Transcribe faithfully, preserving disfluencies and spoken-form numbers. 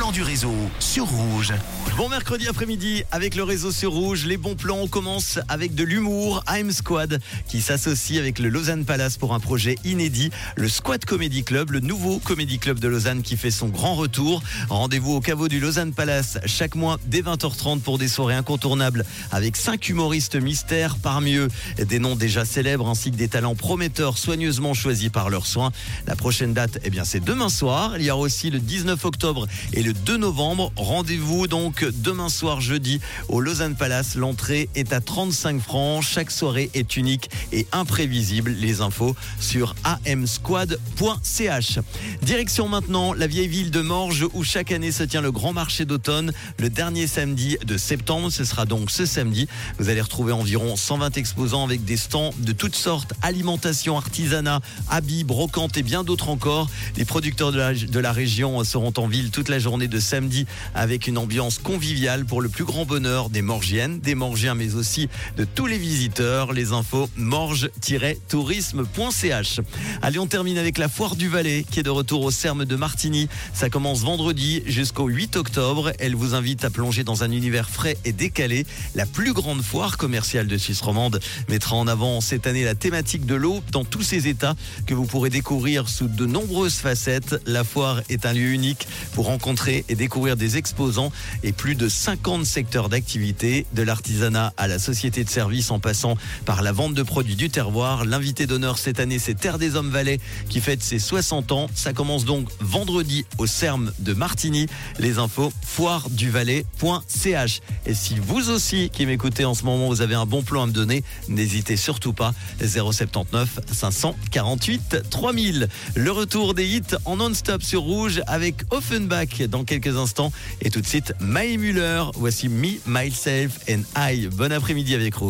plans du réseau sur Rouge. Bon mercredi après-midi avec le réseau sur Rouge. Les bons plans, on commence avec de l'humour. A M Squad qui s'associe avec le Lausanne Palace pour un projet inédit. Le Squad Comedy Club, le nouveau Comedy Club de Lausanne qui fait son grand retour. Rendez-vous au caveau du Lausanne Palace chaque mois dès vingt heures trente pour des soirées incontournables avec cinq humoristes mystères. Parmi eux, des noms déjà célèbres ainsi que des talents prometteurs soigneusement choisis par leurs soins. La prochaine date, eh bien, c'est demain soir. Il y aura aussi le dix-neuf octobre et le deux novembre. Rendez-vous donc demain soir jeudi au Lausanne Palace. L'entrée est à trente-cinq francs. Chaque soirée est unique et imprévisible. Les infos sur a m squad point c h. Direction maintenant la vieille ville de Morges où chaque année se tient le grand marché d'automne. Le dernier samedi de septembre, ce sera donc ce samedi. Vous allez retrouver environ cent vingt exposants avec des stands de toutes sortes, alimentation, artisanat, habits, brocantes et bien d'autres encore. Les producteurs de la, de la région seront en ville toute la journée de samedi avec une ambiance conviviale pour le plus grand bonheur des Morgiennes, des Morgiens mais aussi de tous les visiteurs. Les infos morges tiret tourisme point c h. Allez, on termine avec la foire du Valais qui est de retour au Serme de Martigny. Ça commence vendredi jusqu'au huit octobre. Elle vous invite à plonger dans un univers frais et décalé. La plus grande foire commerciale de Suisse romande mettra en avant cette année la thématique de l'eau dans tous ses états que vous pourrez découvrir sous de nombreuses facettes. La foire est un lieu unique pour rencontrer et découvrir des exposants et plus de cinquante secteurs d'activité, de l'artisanat à la société de services en passant par la vente de produits du terroir. L'invité d'honneur cette année, c'est Terre des Hommes Valais qui fête ses soixante ans. Ça commence donc vendredi au Serme de Martigny. Les infos foire du valais point c h. Et si vous aussi qui m'écoutez en ce moment, vous avez un bon plan à me donner, n'hésitez surtout pas. zéro sept neuf cinq cent quarante-huit trois mille. Le retour des hits en non-stop sur Rouge avec Offenbach dans quelques instants. Et tout de suite, Mae Muller. Voici Me, Myself and I. Bon après-midi avec Rouge.